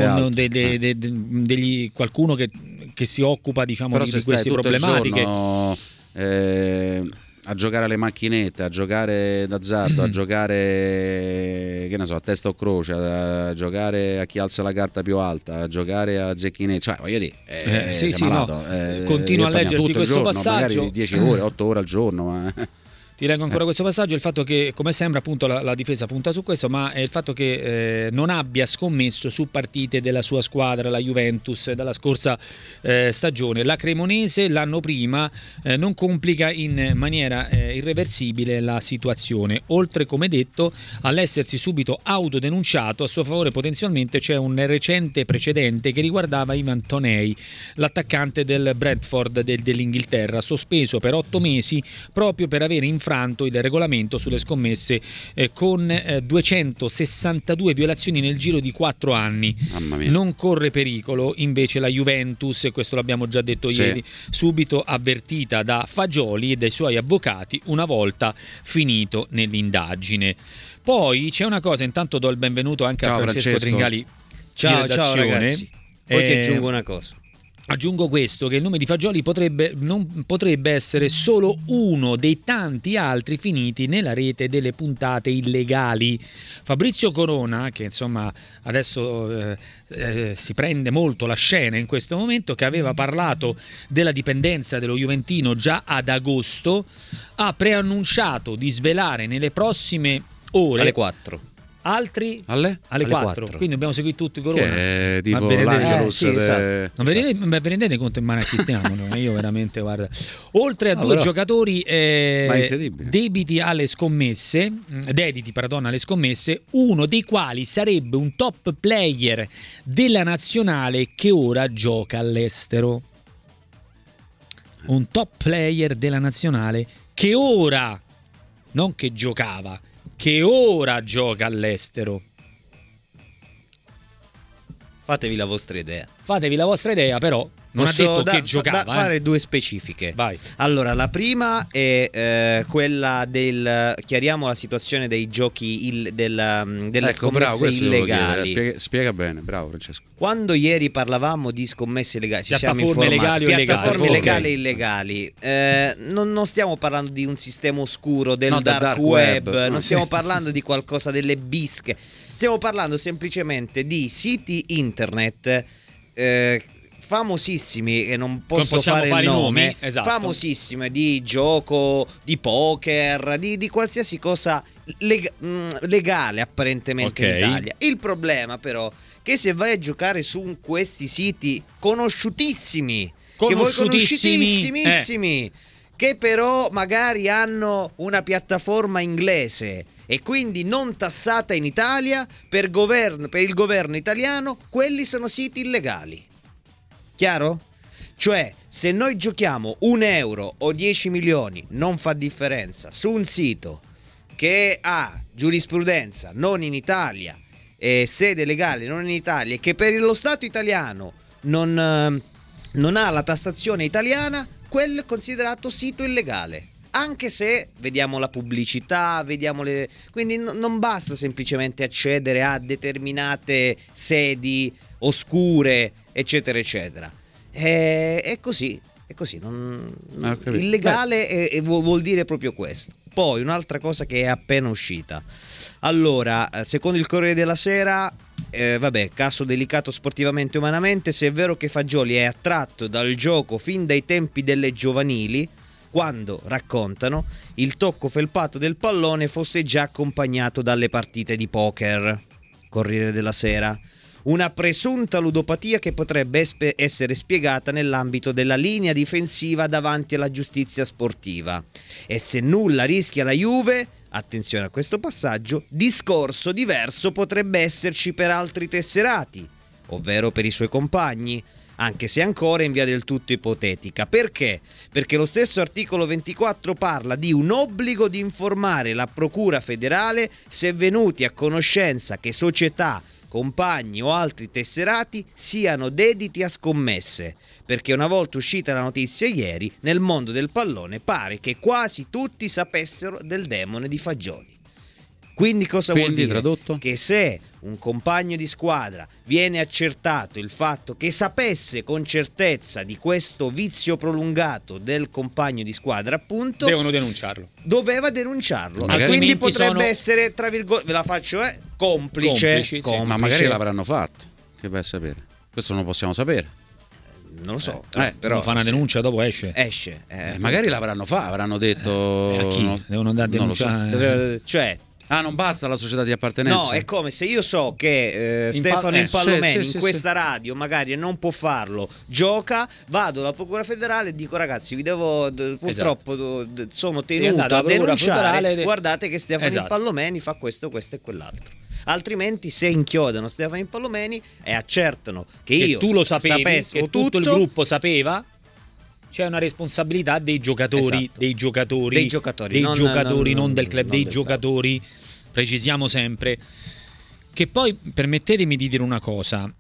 con qualcuno che si occupa, diciamo, di queste problematiche. A a giocare alle macchinette, a giocare d'azzardo, a giocare, che ne so, a testa o croce, a giocare a chi alza la carta più alta, a giocare a zecchinette, cioè voglio dire, sì, sei malato. no. Continuo a leggerti tutto questo il giorno, passaggio. magari 10 ore, 8 ore al giorno, ma... Ti leggo ancora questo passaggio, il fatto che, come sembra, appunto la difesa punta su questo, ma è il fatto che non abbia scommesso su partite della sua squadra, la Juventus, dalla scorsa stagione. La Cremonese l'anno prima non complica in maniera irreversibile la situazione. Oltre, come detto, all'essersi subito autodenunciato, a suo favore potenzialmente c'è un recente precedente che riguardava Ivan Toney, l'attaccante del Bradford dell'Inghilterra, sospeso per 8 mesi proprio per aver infranto il regolamento sulle scommesse con 262 violazioni nel giro di 4 anni. Mamma mia. Non corre pericolo invece la Juventus, e questo l'abbiamo già detto ieri, subito avvertita da Fagioli e dai suoi avvocati una volta finito nell'indagine. Poi c'è una cosa, intanto do il benvenuto anche a Francesco Tringali. Ciao ragazzi. Poi ti aggiungo una cosa. Aggiungo questo, che il nome di Fagioli non potrebbe essere solo uno dei tanti altri finiti nella rete delle puntate illegali. Fabrizio Corona, che insomma adesso si prende molto la scena in questo momento, che aveva parlato della dipendenza dello Juventino già ad agosto, ha preannunciato di svelare nelle prossime ore alle 4. Altri alle 4. Quindi abbiamo seguito tutti Corona. Che è tipo l'Angelus esatto. Non vi rendete conto in mano a chi stiamo? No? Io veramente, guarda. Oltre a due giocatori dediti alle scommesse, uno dei quali sarebbe un top player della nazionale che ora gioca all'estero. Un top player della nazionale che ora, non che giocava, che ora gioca all'estero. Fatevi la vostra idea, però non ha detto che giocava. Fare due specifiche. Vai. Allora, la prima è quella del, chiariamo la situazione dei giochi delle scommesse illegali. Spiega bene, bravo Francesco. Quando ieri parlavamo di scommesse illegali, ci siamo informati, piattaforme legali e illegali, non stiamo parlando di un sistema oscuro del dark web, non stiamo parlando di qualcosa delle bische, stiamo parlando semplicemente di siti internet famosissimi, e non posso fare il nome, esatto. Famosissime, di gioco, di poker, di qualsiasi cosa legale apparentemente in Italia. Il problema però che se vai a giocare su questi siti conosciutissimi, che voi conosciutissimissimi, che però magari hanno una piattaforma inglese e quindi non tassata in Italia per il governo italiano, quelli sono siti illegali. Chiaro? Cioè, se noi giochiamo 1 euro o 10 milioni, non fa differenza, su un sito che ha giurisprudenza non in Italia e sede legale non in Italia, e che per lo Stato italiano non ha la tassazione italiana, quello è considerato sito illegale. Anche se vediamo la pubblicità, quindi non basta semplicemente accedere a determinate sedi oscure, eccetera eccetera. È così, illegale vuol dire proprio questo. Poi un'altra cosa che è appena uscita. Allora, secondo il Corriere della Sera, caso delicato sportivamente e umanamente, se è vero che Fagioli è attratto dal gioco fin dai tempi delle giovanili, quando, raccontano, il tocco felpato del pallone fosse già accompagnato dalle partite di poker. Corriere della Sera. Una presunta ludopatia che potrebbe essere spiegata nell'ambito della linea difensiva davanti alla giustizia sportiva. E se nulla rischia la Juve, attenzione a questo passaggio, discorso diverso potrebbe esserci per altri tesserati, ovvero per i suoi compagni, anche se ancora in via del tutto ipotetica. Perché? Perché lo stesso articolo 24 parla di un obbligo di informare la Procura federale se venuti a conoscenza che società, compagni o altri tesserati siano dediti a scommesse, perché una volta uscita la notizia ieri, nel mondo del pallone pare che quasi tutti sapessero del demone di Fagioli. Quindi cosa vuol dire? Tradotto? Che se un compagno di squadra viene accertato il fatto che sapesse con certezza di questo vizio prolungato del compagno di squadra, appunto, devono denunciarlo. Doveva denunciarlo. Magari Quindi potrebbe sono... essere, tra virgolette, ve la faccio, complice. Sì. Ma magari l'avranno fatto. Che vai a sapere? Questo non lo possiamo sapere. Non lo so, però non fa una denuncia, dopo esce. Magari l'avranno fatto, avranno detto a chi? Devono andare a denunciare. Cioè, non basta la società di appartenenza. No, è come se io so che Stefano Impallomeni in questa radio magari non può farlo, gioca, vado alla Procura Federale e dico: ragazzi, vi devo purtroppo sono tenuto a denunciare, guardate che Stefano Impallomeni fa questo e quell'altro. Altrimenti, se inchiodano Stefano Impallomeni e accertano che io tu lo sapevi, sapessi, che tutto il gruppo sapeva, c'è una responsabilità dei giocatori, dei giocatori non del club, dei giocatori. Precisiamo sempre che poi, permettetemi di dire una cosa,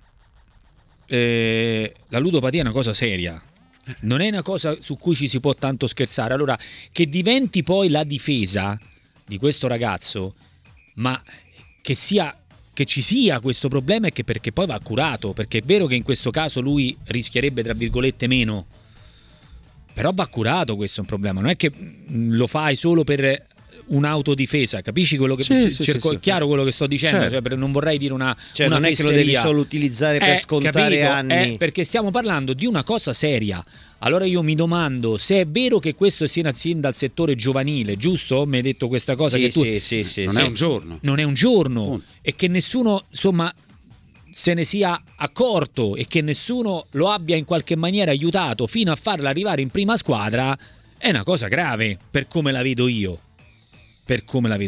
la ludopatia è una cosa seria, non è una cosa su cui ci si può tanto scherzare. Allora, che diventi poi la difesa di questo ragazzo, ma che ci sia questo problema, è che perché poi va curato, perché è vero che in questo caso lui rischierebbe, tra virgolette, meno, però va curato. Questo è un problema, non è che lo fai solo per un'autodifesa, capisci quello che cerco? È chiaro quello che sto dicendo, cioè, non vorrei dire una non è che lo devi solo utilizzare per scontare anni, perché stiamo parlando di una cosa seria. Allora io mi domando se è vero che questo sia dal settore giovanile, giusto? Mi hai detto questa cosa che tu... Sì. Non è un giorno. Non è un giorno. E che nessuno, insomma, se ne sia accorto e che nessuno lo abbia in qualche maniera aiutato fino a farla arrivare in prima squadra, è una cosa grave, per come la vedo io. Per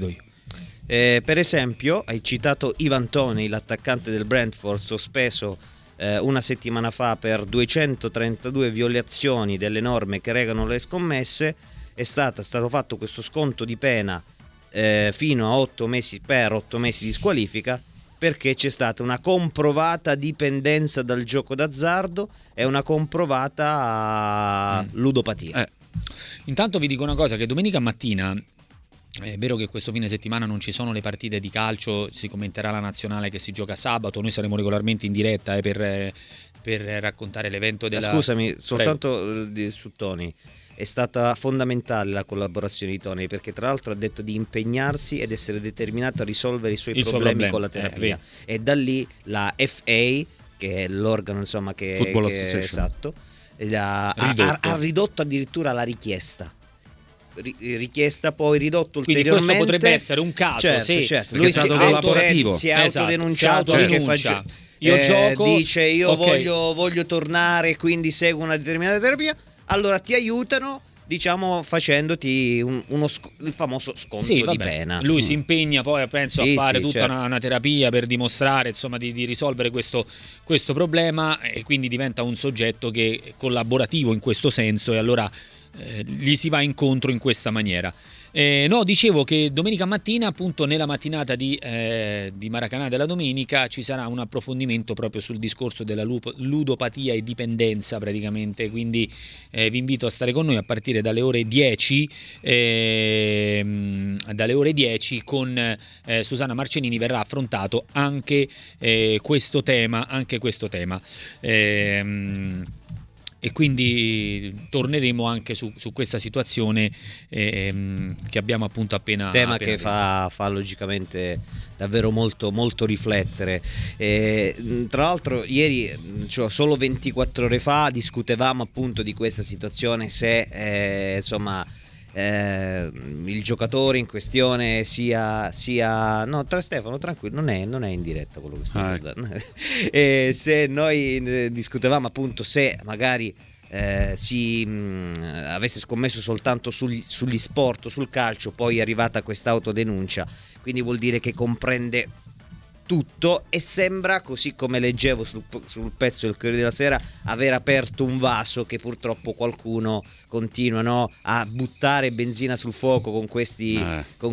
esempio, hai citato Ivan Toney, l'attaccante del Brentford, sospeso una settimana fa per 232 violazioni delle norme che regolano le scommesse. È stato fatto questo sconto di pena fino a 8 mesi per 8 mesi di squalifica, perché c'è stata una comprovata dipendenza dal gioco d'azzardo e una comprovata ludopatia. Intanto vi dico una cosa, che domenica mattina, è vero che questo fine settimana non ci sono le partite di calcio, si commenterà la nazionale che si gioca sabato, noi saremo regolarmente in diretta per raccontare l'evento della... Scusami, soltanto su Tony, è stata fondamentale la collaborazione di Tony, perché tra l'altro ha detto di impegnarsi ed essere determinato a risolvere i suoi problemi con la terapia, e da lì la FA, che è l'organo, insomma, che esatto, ha ridotto addirittura la richiesta, poi ridotto ulteriormente. Quindi questo potrebbe essere un caso, certo. Lui si è autodenunciato, io gioco, dice io voglio tornare, quindi seguo una determinata terapia. Allora ti aiutano, diciamo, facendoti il famoso sconto di pena. Lui si impegna poi, penso, a fare tutta una terapia per dimostrare, insomma, di risolvere questo problema, e quindi diventa un soggetto che è collaborativo in questo senso, e allora gli si va incontro in questa maniera. No, dicevo che domenica mattina, appunto, nella mattinata di Maracanã della domenica, ci sarà un approfondimento proprio sul discorso della ludopatia e dipendenza, praticamente, quindi vi invito a stare con noi a partire dalle ore 10 con Susanna Marcenini. Verrà affrontato anche questo tema, e quindi torneremo anche su questa situazione che abbiamo appunto appena che detto. fa logicamente davvero molto molto riflettere. Tra l'altro ieri, cioè solo 24 ore fa, discutevamo appunto di questa situazione, se il giocatore in questione sia no, Stefano, tranquillo, non è in diretta quello che sto guardando. Se noi discutevamo appunto se magari avesse scommesso soltanto sugli sport, sul calcio, poi è arrivata questa autodenuncia, quindi vuol dire che comprende tutto, e sembra, così come leggevo sul pezzo del Corriere della Sera, aver aperto un vaso che purtroppo qualcuno continua a buttare benzina sul fuoco con questi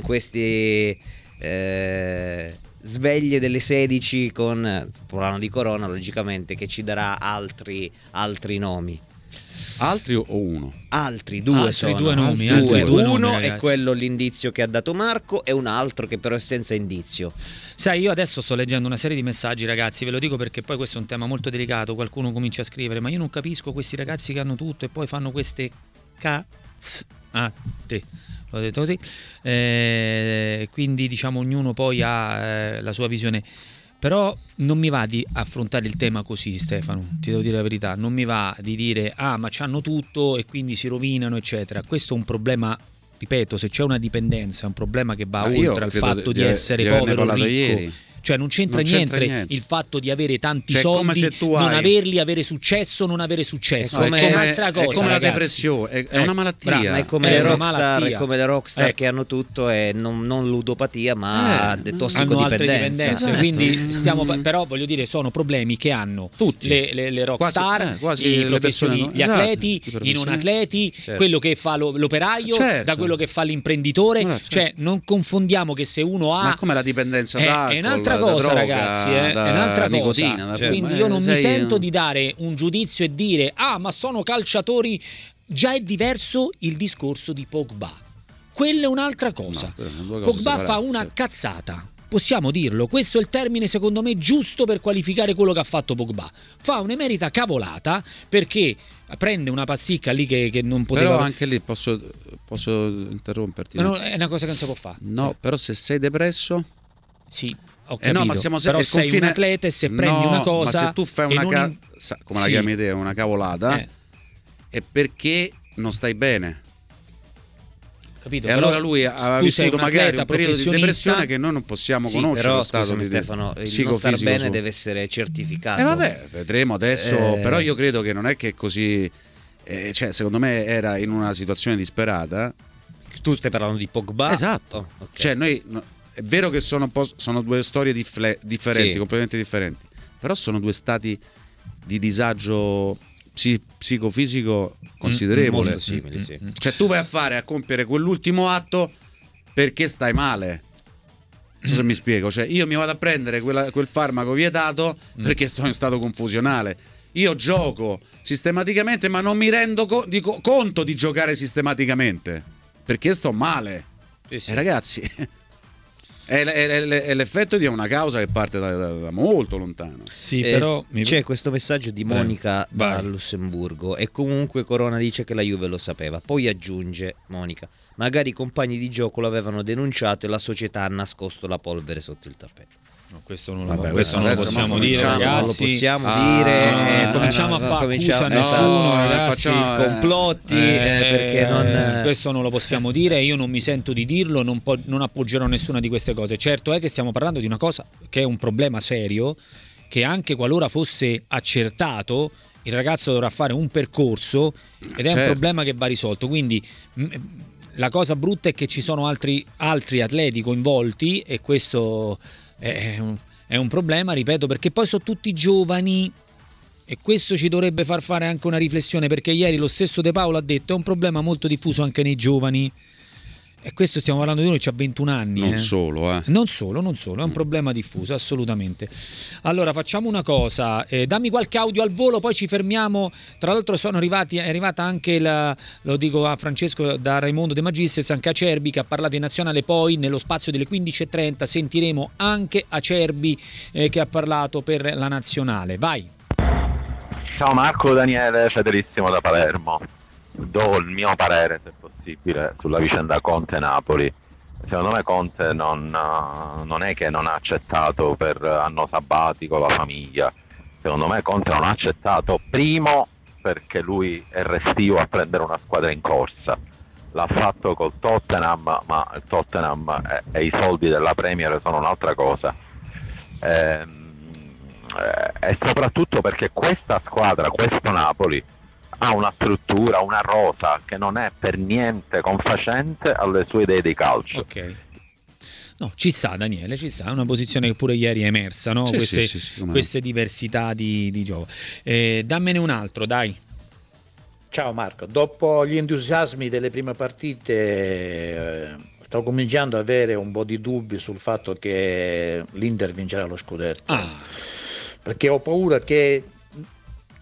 sveglie delle 16 con parlano di corona, logicamente, che ci darà altri nomi. Altri o uno? Altri due sono. Due nomi, Uno nomi, è quello, l'indizio che ha dato Marco, e un altro che però è senza indizio. Sai, io adesso sto leggendo una serie di messaggi, ragazzi, ve lo dico perché poi questo è un tema molto delicato. Qualcuno comincia a scrivere: ma io non capisco questi ragazzi che hanno tutto e poi fanno queste cazzate. L'ho detto così. Quindi diciamo ognuno poi ha la sua visione. Però non mi va di affrontare il tema così, Stefano, ti devo dire la verità, non mi va di dire ma c'hanno tutto e quindi si rovinano, eccetera. Questo è un problema, ripeto, se c'è una dipendenza, è un problema che va oltre al fatto di essere povero o ricco. Ieri. Cioè non c'entra niente il fatto di avere tanti soldi, non averli, avere successo, non avere successo. È come un'altra cosa, è come ragazzi. la depressione, è una malattia. Ma è come le rockstar che hanno tutto e non ludopatia, ma tossicodipendenza. Esatto. Quindi però voglio dire, sono problemi che hanno tutti le rockstar, quasi i le professionisti, persone, gli atleti, i non atleti, quello che fa l'operaio da quello che fa l'imprenditore. Cioè non confondiamo che se uno ha, ma come la dipendenza d'alcol, è un'altra cosa, droga, ragazzi, è un'altra nicotina, cosa. Quindi io non mi sento di dare un giudizio e dire ma sono calciatori. Già è diverso il discorso di Pogba, quella è un'altra cosa. Pogba fa una cazzata, possiamo dirlo, questo è il termine secondo me giusto per qualificare quello che ha fatto Pogba. Fa un'emerita cavolata perché prende una pasticca lì che non poteva. Però anche lì posso interromperti. Ma è una cosa che non si può fare. No, però se sei depresso, sì, ho capito. No, ma siamo però sei un atleta e se prendi una cosa, ma se tu fai una come la chiami te, una cavolata, è perché non stai bene. Capito? E però, allora lui ha vissuto magari un periodo di depressione che noi non possiamo conoscere. Però, lo stato di Stefano, il non star bene deve essere certificato. Vabbè, vedremo adesso. Però io credo che non è che così. Cioè, secondo me era in una situazione disperata. Tu stai parlando di Pogba? Esatto. Okay. Cioè, noi. È vero che sono due storie differenti, completamente differenti, però sono due stati di disagio psicofisico considerevole. Molto simili, sì. Cioè tu vai a compiere quell'ultimo atto perché stai male. Non so se mi spiego. Cioè io mi vado a prendere quel farmaco vietato perché sono in stato confusionale. Io gioco sistematicamente, ma non mi rendo conto di giocare sistematicamente perché sto male. Sì. Ragazzi, è l'effetto di una causa che parte da molto lontano. Sì, però c'è questo messaggio di Monica da Lussemburgo e comunque Corona dice che la Juve lo sapeva. Poi aggiunge Monica: magari i compagni di gioco lo avevano denunciato e la società ha nascosto la polvere sotto il tappeto. No, questo non lo possiamo dire, ragazzi. Non lo possiamo dire. Cominciamo a fare accusa a nessuno, ragazzi. Complotti, perché non. Questo non lo possiamo dire. Io non mi sento di dirlo. Non appoggerò nessuna di queste cose. Certo è che stiamo parlando di una cosa che è un problema serio, che anche qualora fosse accertato, il ragazzo dovrà fare un percorso ed è un problema che va risolto. Quindi la cosa brutta è che ci sono altri atleti coinvolti e questo è un problema, ripeto, perché poi sono tutti giovani e questo ci dovrebbe far fare anche una riflessione, perché ieri lo stesso De Paolo ha detto è un problema molto diffuso anche nei giovani. E questo stiamo parlando di uno che ha 21 anni. Non solo. Non solo, è un problema diffuso, assolutamente. Allora facciamo una cosa, dammi qualche audio al volo, poi ci fermiamo. Tra l'altro è arrivata anche, lo dico a Francesco da Raimondo De Magistris, anche Acerbi che ha parlato in nazionale. Poi nello spazio delle 15.30 sentiremo anche Acerbi che ha parlato per la nazionale. Vai. Ciao Marco, Daniele, Federissimo da Palermo. Do il mio parere, se possibile, sulla vicenda Conte-Napoli. Secondo me Conte non è che non ha accettato per anno sabbatico la famiglia. Secondo me Conte non ha accettato, primo perché lui è restio a prendere una squadra in corsa. L'ha fatto col Tottenham, ma il Tottenham e i soldi della Premier sono un'altra cosa. E soprattutto perché questa squadra, questo Napoli, ha una struttura, una rosa che non è per niente confacente alle sue idee di calcio. Ok. No, ci sta Daniele, ci sta, è una posizione che pure ieri è emersa, no? Queste diversità di gioco. Dammene un altro, dai. Ciao Marco, dopo gli entusiasmi delle prime partite sto cominciando ad avere un po' di dubbi sul fatto che l'Inter vincerà lo scudetto. Perché ho paura che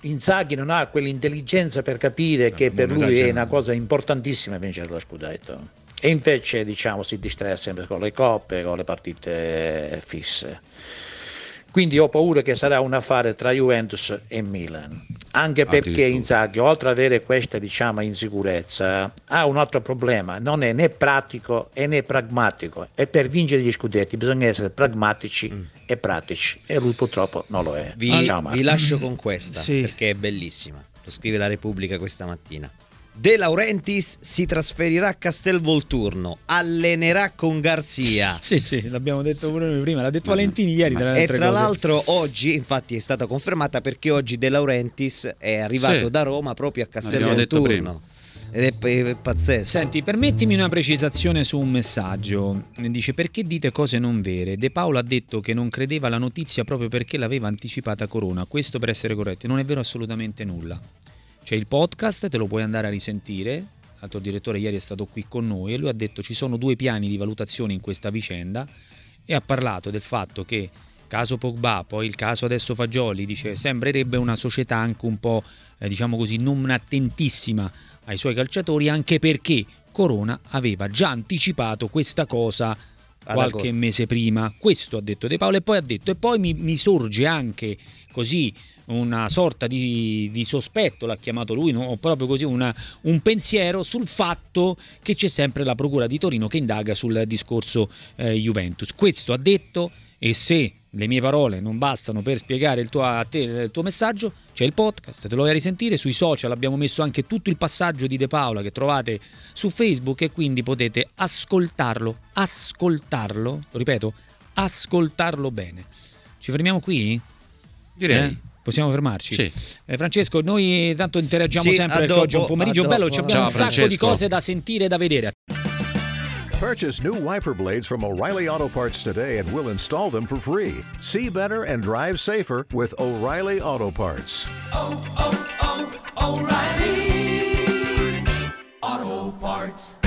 Inzaghi non ha quell'intelligenza per capire che per lui è una cosa importantissima vincere lo scudetto, e invece si distrae sempre con le coppe, con le partite fisse. Quindi ho paura che sarà un affare tra Juventus e Milan, anche perché Inzaghi, oltre ad avere questa insicurezza, ha un altro problema: non è né pratico e né pragmatico, e per vincere gli scudetti bisogna essere pragmatici e pratici, e lui purtroppo non lo è. Vi lascio con questa, perché è bellissima. Lo scrive la Repubblica questa mattina. De Laurentiis si trasferirà a Castelvolturno, allenerà con Garcia. Sì, l'abbiamo detto pure noi prima, l'ha detto Valentini ieri. E tra l'altro oggi, infatti, è stata confermata, perché oggi De Laurentiis è arrivato da Roma proprio a Castelvolturno. Ed è pazzesco. Senti, permettimi una precisazione su un messaggio. Dice: perché dite cose non vere? De Paolo ha detto che non credeva alla notizia proprio perché l'aveva anticipata Corona. Questo per essere corretti. Non è vero assolutamente nulla. C'è il podcast, te lo puoi andare a risentire. L'altro direttore ieri è stato qui con noi e lui ha detto ci sono 2 piani di valutazione in questa vicenda, e ha parlato del fatto che caso Pogba, poi il caso adesso Fagioli, dice sembrerebbe una società anche un po' non attentissima ai suoi calciatori, anche perché Corona aveva già anticipato questa cosa qualche mese prima. Questo ha detto De Paolo, e poi ha detto e poi mi sorge anche così una sorta di sospetto, l'ha chiamato lui, no? Proprio così un pensiero sul fatto che c'è sempre la Procura di Torino che indaga sul discorso Juventus. Questo ha detto, e se le mie parole non bastano per spiegare il tuo messaggio, c'è il podcast, te lo vai a risentire. Sui social abbiamo messo anche tutto il passaggio di De Paola che trovate su Facebook, e quindi potete ascoltarlo, lo ripeto, ascoltarlo bene. Ci fermiamo qui? Direi. Possiamo fermarci? Sì. Francesco, noi tanto interagiamo sempre, perché oggi è un pomeriggio bello, abbiamo un sacco di cose da sentire e da vedere. Purchase new wiper blades from O'Reilly Auto Parts today and we'll install them for free. See better and drive safer with O'Reilly Auto Parts. O'Reilly Auto Parts.